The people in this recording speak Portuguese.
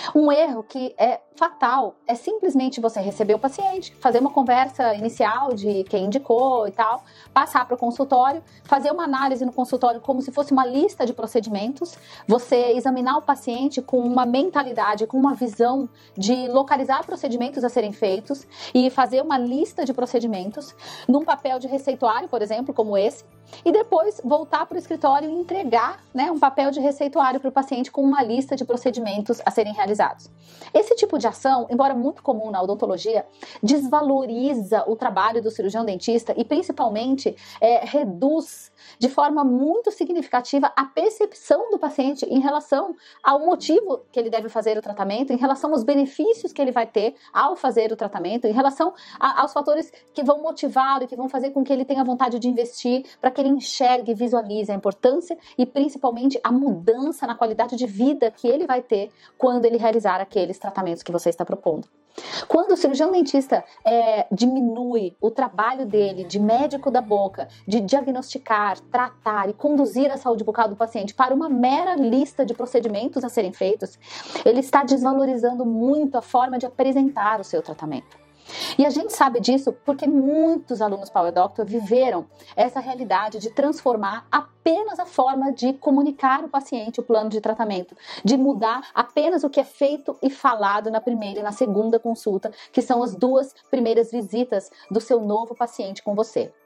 Um erro que é fatal é simplesmente você receber o paciente, fazer uma conversa inicial de quem indicou e tal, passar para o consultório, fazer uma análise no consultório como se fosse uma lista de procedimentos, você examinar o paciente com uma mentalidade, com uma visão de localizar procedimentos a serem feitos e fazer uma lista de procedimentos num papel de receituário, por exemplo, como esse, e depois voltar para o escritório e entregar, né, um papel de receituário para o paciente com uma lista de procedimentos a serem realizados. Esse tipo de ação, embora muito comum na odontologia, desvaloriza o trabalho do cirurgião dentista e principalmente reduz de forma muito significativa a percepção do paciente em relação ao motivo que ele deve fazer o tratamento, em relação aos benefícios que ele vai ter ao fazer o tratamento, em relação aos fatores que vão motivá-lo e que vão fazer com que ele tenha vontade de investir, para que ele enxergue e visualize a importância e principalmente a mudança na qualidade de vida que ele vai ter quando ele realizar aqueles tratamentos que você está propondo. Quando o cirurgião dentista diminui o trabalho dele de médico da boca, de diagnosticar, tratar e conduzir a saúde bucal do paciente para uma mera lista de procedimentos a serem feitos, ele está desvalorizando muito a forma de apresentar o seu tratamento. E a gente sabe disso porque muitos alunos Power Doctor viveram essa realidade de transformar apenas a forma de comunicar ao paciente o plano de tratamento, de mudar apenas o que é feito e falado na primeira e na segunda consulta, que são as 2 primeiras visitas do seu novo paciente com você.